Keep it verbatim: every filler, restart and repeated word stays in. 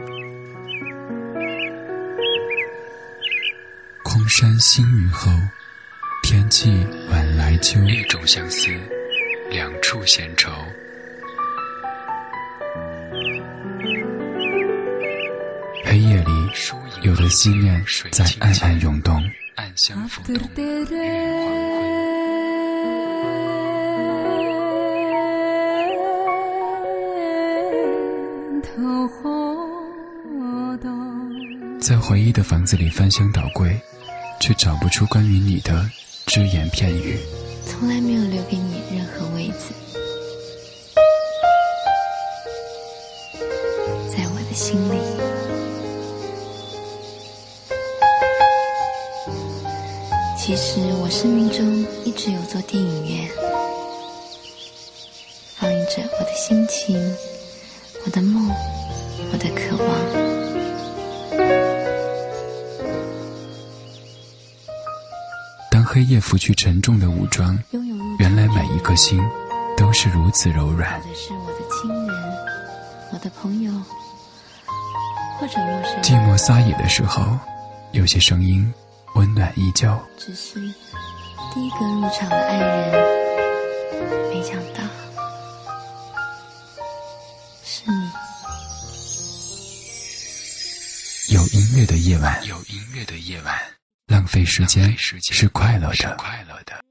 空山新雨后，天气晚来秋。一种相思，两处闲愁。黑夜里，有的思念在暗暗涌动，暗香浮动，月黄昏。在回忆的房子里翻箱倒柜，却找不出关于你的只言片语， 从来没有留给你任何位子，在我的心里。其实我生命中一直有座电影院，放映着我的心情，我的梦，我的渴望。 当黑夜拂去沉重的武装，原来每一颗心都是如此柔软。 或者是我的亲人，我的朋友，或者陌生人。 寂寞撒野的时候，有些声音温暖依旧。 只是第一个入场的爱人，没想到是你。 有音乐的夜晚，有音乐的夜晚，浪费时间是快乐的。